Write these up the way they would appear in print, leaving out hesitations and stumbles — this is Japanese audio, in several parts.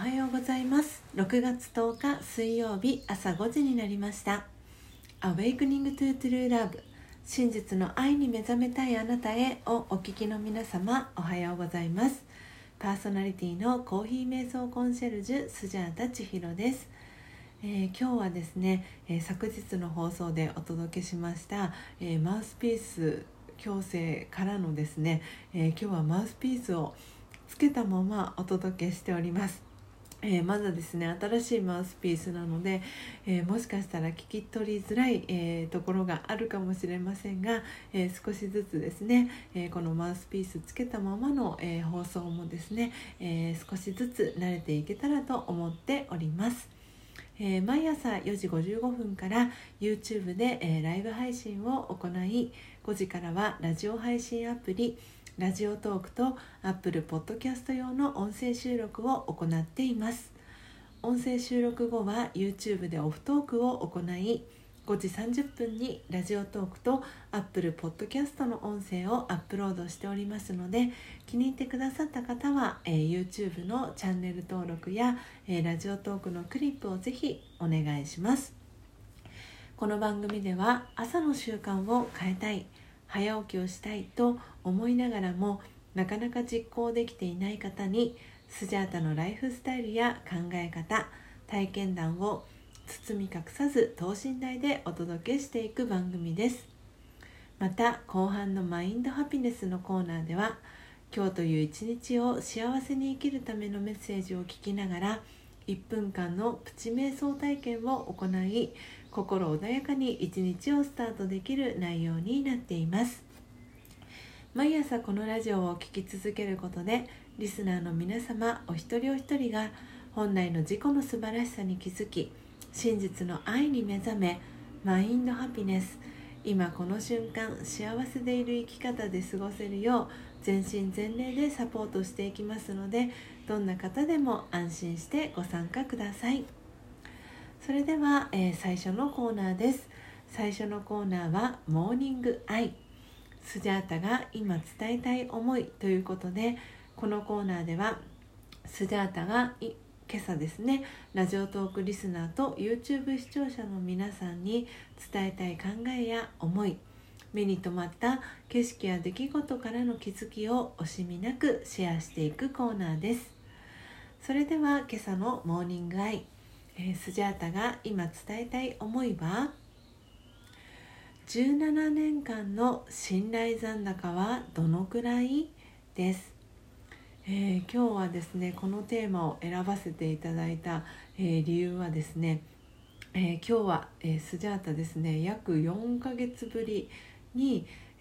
はようございます。6月10日水曜日朝5時になりました。 Awakening to True Love 真実の愛に目覚めたいあなたへをお聞きの皆様、おはようございます。パーソナリティのコーヒー瞑想コンシェルジュスジャータ千尋です。今日はですね、昨日の放送でお届けしました、マウスピース矯正からのですね、今日はマウスピースをつけたままお届けしております。まだですね新しいマウスピースなので、もしかしたら聞き取りづらい、ところがあるかもしれませんが、少しずつですね、このマウスピースつけたままの、放送もですね、少しずつ慣れていけたらと思っております。毎朝4時55分から YouTube で、ライブ配信を行い、5時からはラジオ配信アプリラジオトークと Apple Podcast 用の音声収録を行っています。音声収録後は YouTube でオフトークを行い、5時30分にラジオトークと Apple Podcast の音声をアップロードしておりますので、気に入ってくださった方は、YouTube のチャンネル登録や、ラジオトークのクリップをぜひお願いします。この番組では朝の習慣を変えたい、早起きをしたいと思いながらもなかなか実行できていない方に、スジャータのライフスタイルや考え方、体験談を包み隠さず等身大でお届けしていく番組です。また後半のマインドハピネスのコーナーでは、今日という一日を幸せに生きるためのメッセージを聞きながら1分間のプチ瞑想体験を行い、心穏やかに一日をスタートできる内容になっています。毎朝このラジオを聴き続けることで、リスナーの皆様お一人お一人が本来の自己の素晴らしさに気づき、真実の愛に目覚め、マインドハピネス、今この瞬間幸せでいる生き方で過ごせるよう全身全霊でサポートしていきますので、どんな方でも安心してご参加ください。それでは、最初のコーナーです。最初のコーナーはモーニングアイ、スジャータが今伝えたい思いということで、このコーナーではスジャータが今朝ですね、ラジオトークリスナーと YouTube 視聴者の皆さんに伝えたい考えや思い、目に留まった景色や出来事からの気づきを惜しみなくシェアしていくコーナーです。それでは今朝のモーニングアイ、スジャータが今伝えたい思いは、17年間の信頼残高はどのくらいです。今日はですねこのテーマを選ばせていただいた、理由はですね、今日は、スジャータですね約4ヶ月ぶりに、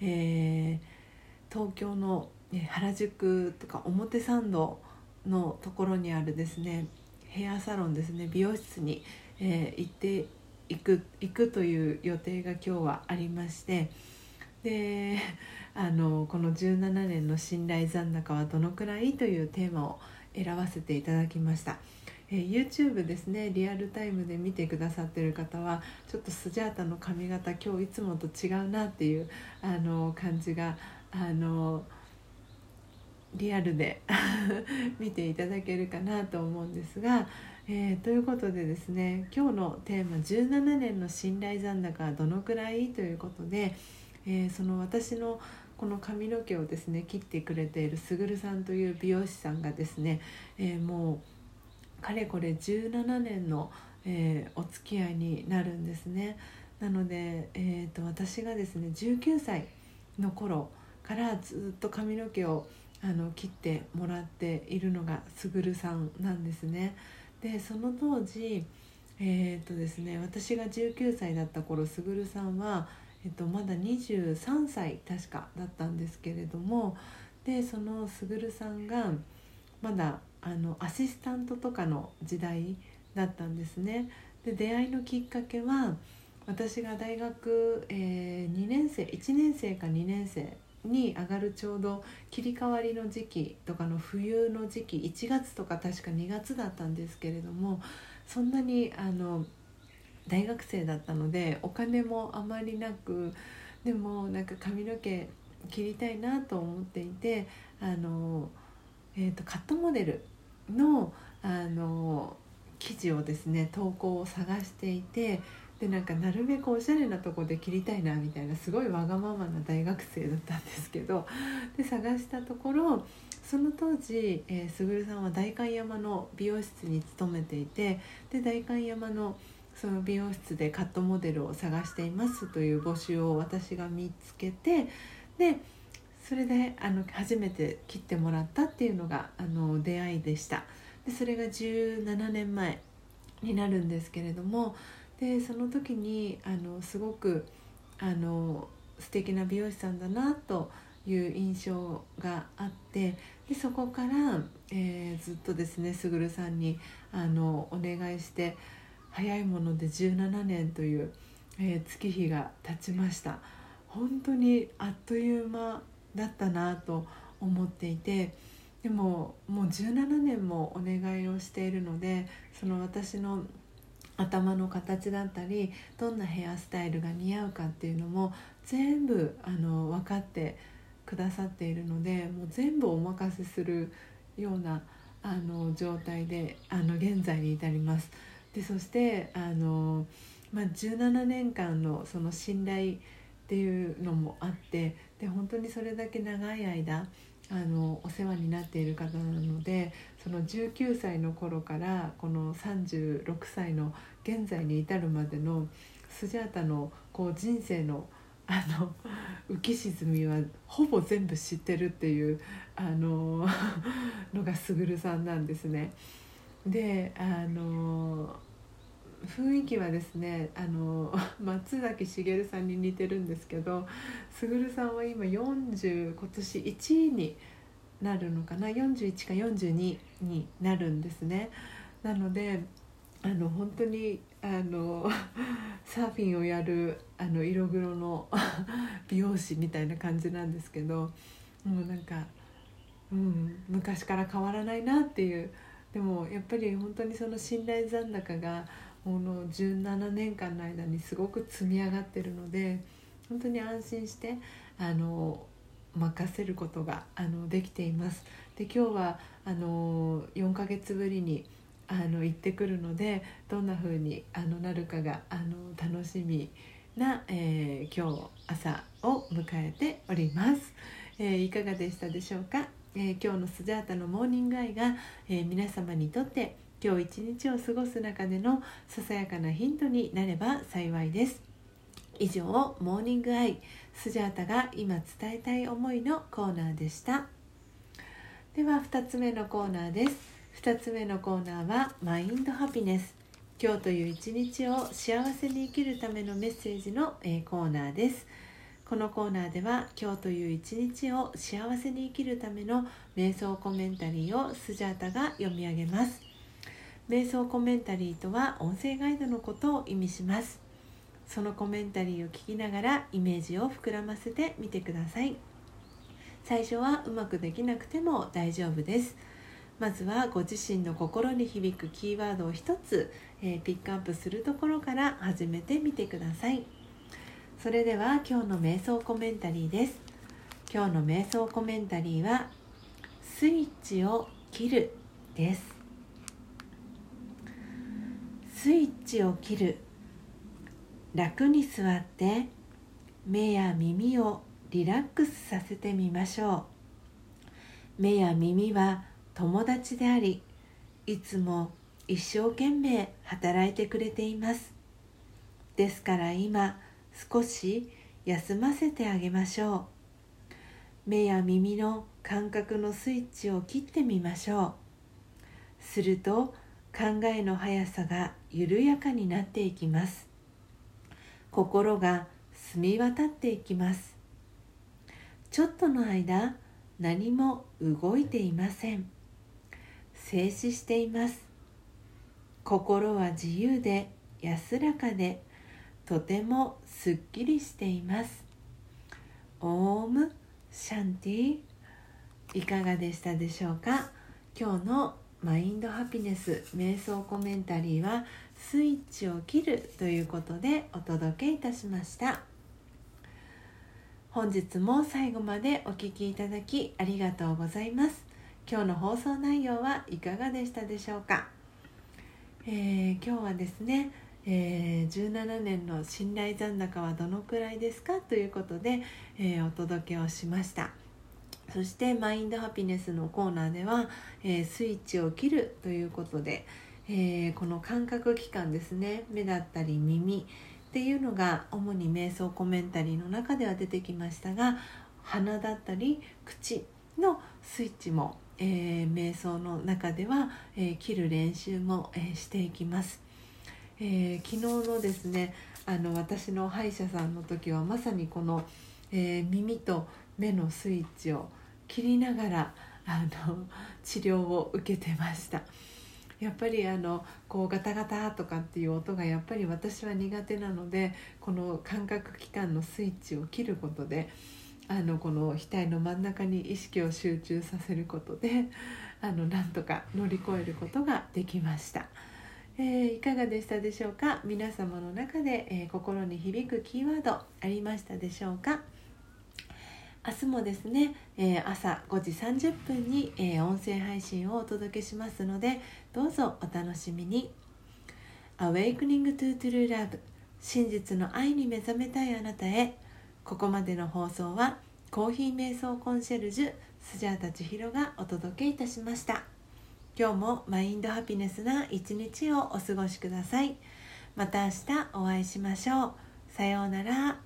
東京の原宿とか表参道のところにあるですねヘアサロンですね、美容室に、行っていくという予定が今日はありまして、でこの17年の信頼残高はどのくらいというテーマを選ばせていただきました。YouTube ですね、リアルタイムで見てくださっている方はちょっとスジャータの髪型今日いつもと違うなっていう感じがリアルで見ていただけるかなと思うんですが、ということでですね、今日のテーマ17年の信頼残高はどのくらいということで、その私のこの髪の毛をですね切ってくれているすぐるさんという美容師さんがですね、もうかれこれ17年の、お付き合いになるんですね。なので、私がですね19歳の頃からずっと髪の毛を切ってもらっているのがすぐるさんなんですね。でその当時、ですね、私が19歳だった頃、すぐるさんは、まだ23歳確かだったんですけれども、でそのすぐるさんがまだアシスタントとかの時代だったんですね。で出会いのきっかけは、私が大学、2年生1年生か2年生に上がるちょうど切り替わりの時期とかの冬の時期、1月とか確か2月だったんですけれども、そんなに大学生だったのでお金もあまりなく、でもなんか髪の毛切りたいなと思っていて、カットモデルの記事をですね投稿を探していて、でなるべくおしゃれなとこで切りたいなみたいな、すごいわがままな大学生だったんですけど、で探したところ、その当時、すぐるさんは代官山の美容室に勤めていて、で代官山のその美容室でカットモデルを探していますという募集を私が見つけて、でそれで初めて切ってもらったっていうのが出会いでした。でそれが17年前になるんですけれども、でその時にすごく素敵な美容師さんだなという印象があって、でそこから、ずっとですねすぐるさんにお願いして、早いもので17年という、月日が経ちました。本当にあっという間だったなと思っていて、でももう17年もお願いをしているので、その私の頭の形だったりどんなヘアスタイルが似合うかっていうのも全部分かってくださっているので、もう全部お任せするような状態で現在に至ります。でそして17年間のその信頼っていうのもあって、で本当にそれだけ長い間お世話になっている方なので、その19歳の頃からこの36歳の現在に至るまでのスジャータの人生の浮き沈みはほぼ全部知ってるっていうのがすぐるさんなんですね。で雰囲気はですね松崎しげるさんに似てるんですけど、すぐるさんは今40、今年1位になるのかな、41か42になるんですね。なので本当にサーフィンをやる色黒の美容師みたいな感じなんですけど、もう昔から変わらないなっていう。でもやっぱり本当にその信頼残高がこの17年間の間にすごく積み上がってるので、本当に安心して任せることができています。で今日は4ヶ月ぶりに行ってくるので、どんな風になるかが楽しみな、今日朝を迎えております。いかがでしたでしょうか。今日のスジャータのモーニングアイが、皆様にとって今日一日を過ごす中でのささやかなヒントになれば幸いです。以上、モーニングアイスジャータが今伝えたい思いのコーナーでした。では2つ目のコーナーです。2つ目のコーナーはマインドハピネス。今日という一日を幸せに生きるためのメッセージの、コーナーです。このコーナーでは今日という一日を幸せに生きるための瞑想コメンタリーをスジャータが読み上げます。瞑想コメンタリーとは音声ガイドのことを意味します。そのコメンタリーを聞きながらイメージを膨らませてみてください。最初はうまくできなくても大丈夫です。まずはご自身の心に響くキーワードを一つ、ピックアップするところから始めてみてください。それでは今日の瞑想コメンタリーです。今日の瞑想コメンタリーはスイッチを切るです。スイッチを切る。楽に座って目や耳をリラックスさせてみましょう。目や耳は友達であり、いつも一生懸命働いてくれています。ですから今少し休ませてあげましょう。目や耳の感覚のスイッチを切ってみましょう。すると考えの速さが緩やかになっていきます。心が澄み渡っていきます。ちょっとの間何も動いていません。静止しています。心は自由で安らかでとてもすっきりしています。オームシャンティ。いかがでしたでしょうか。今日のマインドハピネス瞑想コメンタリーはスイッチを切るということでお届けいたしました。本日も最後までお聞きいただきありがとうございます。今日の放送内容はいかがでしたでしょうか。 今日はですね、17年の信頼残高はどのくらいですかということで、お届けをしました。そしてマインドハピネスのコーナーでは、スイッチを切るということで、この感覚器官ですね、目だったり耳っていうのが主に瞑想コメンタリーの中では出てきましたが、鼻だったり口のスイッチも、瞑想の中では、切る練習も、していきます。昨日のですね、私の歯医者さんの時はまさにこの、耳と目のスイッチを切りながら治療を受けてました。やっぱりこうガタガタとかっていう音がやっぱり私は苦手なので、この感覚器官のスイッチを切ることでこの額の真ん中に意識を集中させることでなんとか乗り越えることができました。いかがでしたでしょうか。皆様の中で、心に響くキーワードありましたでしょうか。明日もですね、朝5時30分に、音声配信をお届けしますので、どうぞお楽しみに。 Awakening to True Love、 真実の愛に目覚めたいあなたへ。ここまでの放送はコーヒー瞑想コンシェルジュスジャータ千尋がお届けいたしました。今日もマインドハピネスな一日をお過ごしください。また明日お会いしましょう。さようなら。